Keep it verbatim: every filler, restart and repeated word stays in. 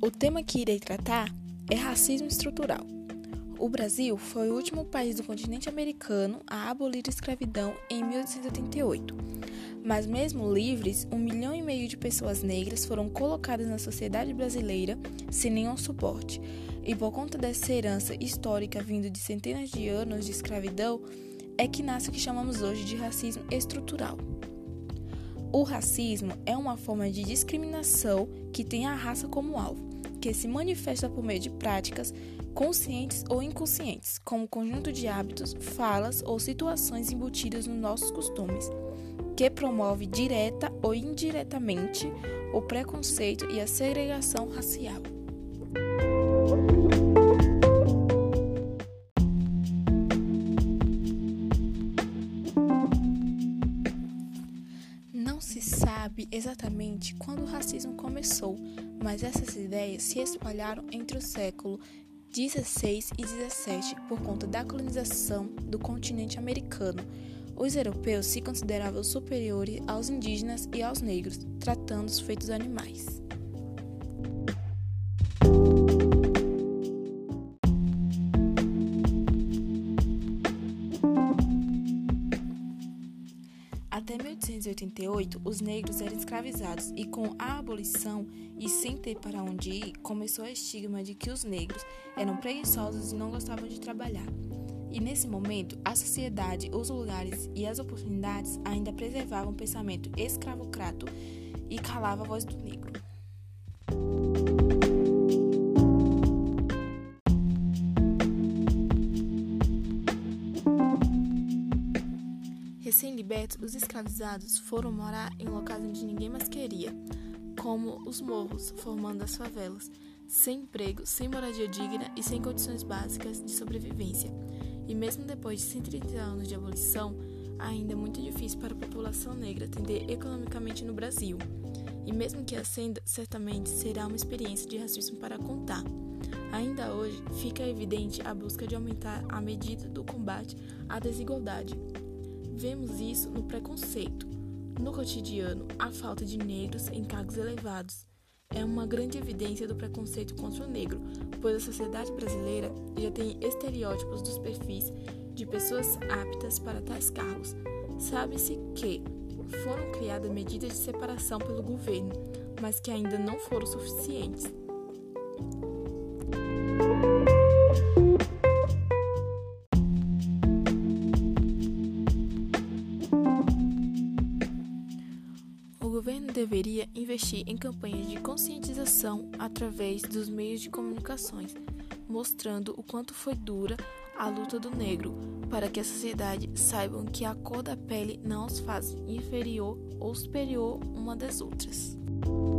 O tema que irei tratar é racismo estrutural. O Brasil foi o último país do continente americano a abolir a escravidão em mil oitocentos e oitenta e oito. Mas mesmo livres, um milhão e meio de pessoas negras foram colocadas na sociedade brasileira sem nenhum suporte. E por conta dessa herança histórica vindo de centenas de anos de escravidão, é que nasce o que chamamos hoje de racismo estrutural. O racismo é uma forma de discriminação que tem a raça como alvo, que se manifesta por meio de práticas conscientes ou inconscientes, como conjunto de hábitos, falas ou situações embutidas nos nossos costumes, que promove direta ou indiretamente o preconceito e a segregação racial. Não se sabe exatamente quando o racismo começou, mas essas ideias se espalharam entre o século dezesseis e dezessete por conta da colonização do continente americano. Os europeus se consideravam superiores aos indígenas e aos negros, tratando-os feitos animais. Até mil oitocentos e oitenta e oito, os negros eram escravizados e com a abolição e sem ter para onde ir, começou o estigma de que os negros eram preguiçosos e não gostavam de trabalhar. E nesse momento, a sociedade, os lugares e as oportunidades ainda preservavam o pensamento escravocrata e calava a voz do negro. Recém-libertos, os escravizados foram morar em locais onde ninguém mais queria, como os morros, formando as favelas, sem emprego, sem moradia digna e sem condições básicas de sobrevivência. E mesmo depois de cento e trinta anos de abolição, ainda é muito difícil para a população negra atender economicamente no Brasil. E mesmo que ascenda, certamente será uma experiência de racismo para contar. Ainda hoje, fica evidente a busca de aumentar a medida do combate à desigualdade. Vemos isso no preconceito. No cotidiano, a falta de negros em cargos elevados é uma grande evidência do preconceito contra o negro, pois a sociedade brasileira já tem estereótipos dos perfis de pessoas aptas para tais cargos. Sabe-se que foram criadas medidas de separação pelo governo, mas que ainda não foram suficientes. O governo deveria investir em campanhas de conscientização através dos meios de comunicações, mostrando o quanto foi dura a luta do negro, para que a sociedade saiba que a cor da pele não os faz inferior ou superior uma das outras.